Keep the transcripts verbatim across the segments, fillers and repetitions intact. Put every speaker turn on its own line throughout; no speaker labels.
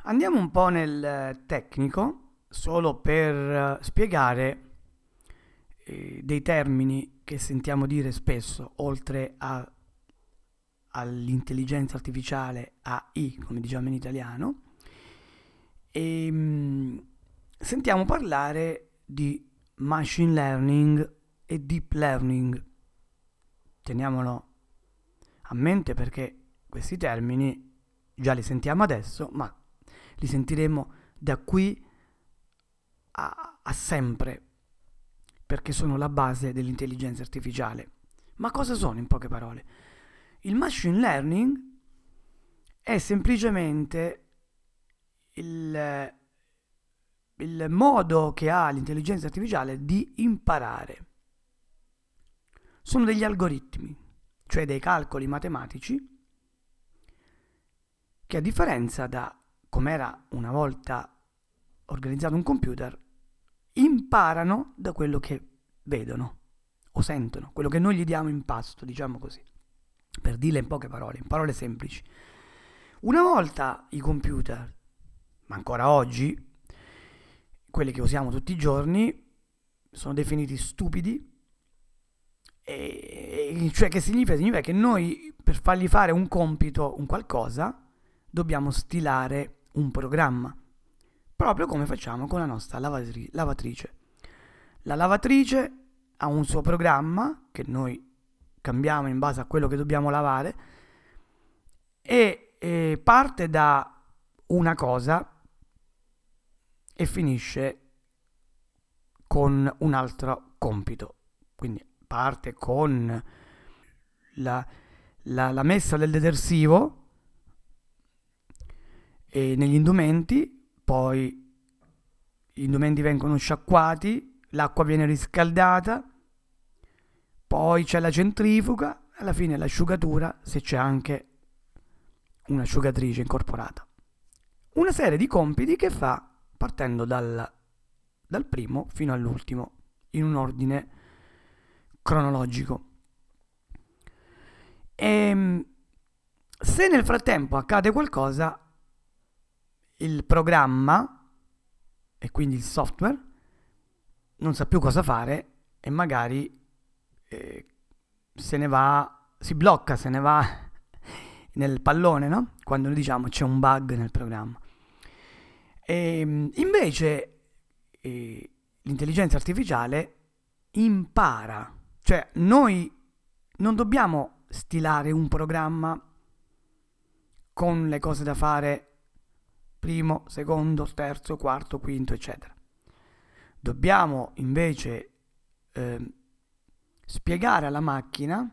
Andiamo un po' nel tecnico, solo per spiegare eh, dei termini che sentiamo dire spesso, oltre a- all'intelligenza artificiale A I, come diciamo in italiano, e mm, sentiamo parlare di machine learning e deep learning. Teniamolo a mente perché questi termini già li sentiamo adesso, ma li sentiremo da qui a, a sempre, perché sono la base dell'intelligenza artificiale. Ma cosa sono in poche parole? Il machine learning è semplicemente il, il modo che ha l'intelligenza artificiale di imparare. Sono degli algoritmi, cioè dei calcoli matematici, che a differenza da come era una volta organizzato un computer, imparano da quello che vedono o sentono, quello che noi gli diamo in pasto, diciamo così, per dirle in poche parole, in parole semplici. Una volta i computer, ma ancora oggi, quelli che usiamo tutti i giorni, sono definiti stupidi, e, cioè che significa? Significa che noi per fargli fare un compito, un qualcosa, dobbiamo stilare un programma, proprio come facciamo con la nostra lavatri- lavatrice. La lavatrice ha un suo programma che noi cambiamo in base a quello che dobbiamo lavare e, e parte da una cosa e finisce con un altro compito. Quindi parte con la, la, la messa del detersivo e negli indumenti, poi gli indumenti vengono sciacquati, l'acqua viene riscaldata, poi c'è la centrifuga, alla fine l'asciugatura, se c'è anche un'asciugatrice incorporata. Una serie di compiti che fa partendo dal, dal primo fino all'ultimo, in un ordine cronologico. E se nel frattempo accade qualcosa, il programma e quindi il software non sa più cosa fare e magari eh, se ne va, si blocca, se ne va nel pallone, no? Quando noi diciamo c'è un bug nel programma. E invece eh, l'intelligenza artificiale impara, cioè noi non dobbiamo stilare un programma con le cose da fare primo, secondo, terzo, quarto, quinto, eccetera. Dobbiamo invece eh, spiegare alla macchina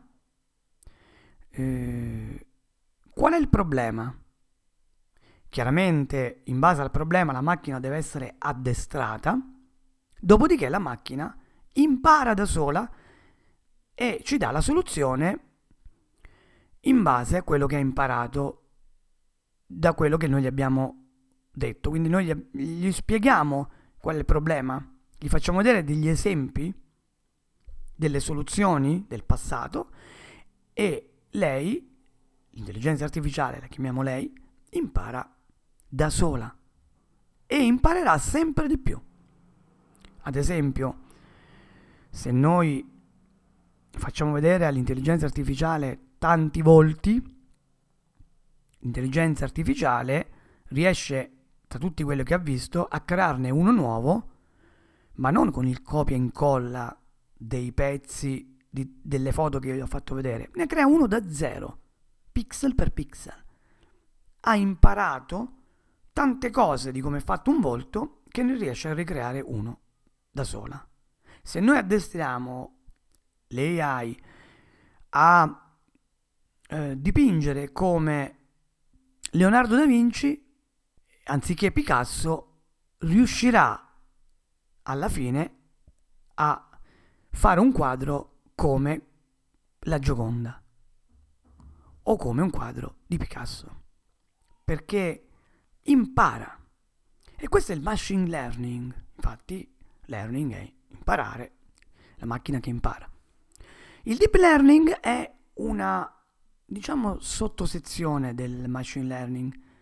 eh, qual è il problema. Chiaramente, in base al problema, la macchina deve essere addestrata, dopodiché la macchina impara da sola e ci dà la soluzione in base a quello che ha imparato da quello che noi gli abbiamo detto. Quindi noi gli, gli spieghiamo qual è il problema, gli facciamo vedere degli esempi, delle soluzioni del passato e lei, l'intelligenza artificiale, la chiamiamo lei, impara da sola e imparerà sempre di più. Ad esempio, se noi facciamo vedere all'intelligenza artificiale tanti volti, l'intelligenza artificiale riesce, tra tutti quelli che ha visto, a crearne uno nuovo, ma non con il copia e incolla dei pezzi di, delle foto che io gli ho fatto vedere, ne crea uno da zero, pixel per pixel. Ha imparato tante cose di come è fatto un volto che ne riesce a ricreare uno da sola. Se noi addestriamo le A I a eh, dipingere come Leonardo da Vinci, anziché Picasso, riuscirà alla fine a fare un quadro come la Gioconda o come un quadro di Picasso, perché impara. E questo è il machine learning. Infatti, learning è imparare, la macchina che impara. Il deep learning è una, diciamo, sottosezione del machine learning,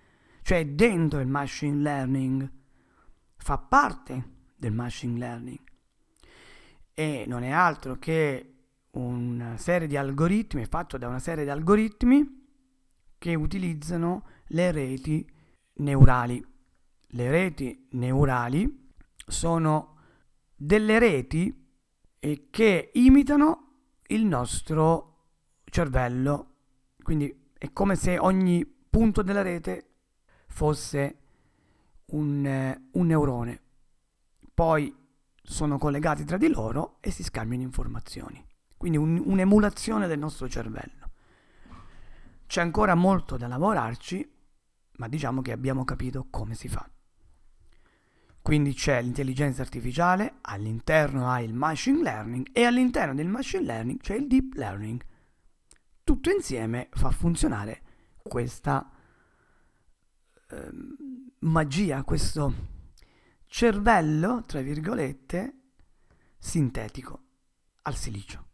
cioè dentro il machine learning, fa parte del machine learning e non è altro che una serie di algoritmi, è fatto da una serie di algoritmi che utilizzano le reti neurali. Le reti neurali sono delle reti che imitano il nostro cervello, quindi è come se ogni punto della rete fosse un, un neurone, poi sono collegati tra di loro e si scambiano informazioni, quindi un, un'emulazione del nostro cervello. C'è ancora molto da lavorarci, ma diciamo che abbiamo capito come si fa. Quindi c'è l'intelligenza artificiale, all'interno hai il machine learning e all'interno del machine learning c'è il deep learning. Tutto insieme fa funzionare questa eh, magia, questo cervello, tra virgolette, sintetico al silicio.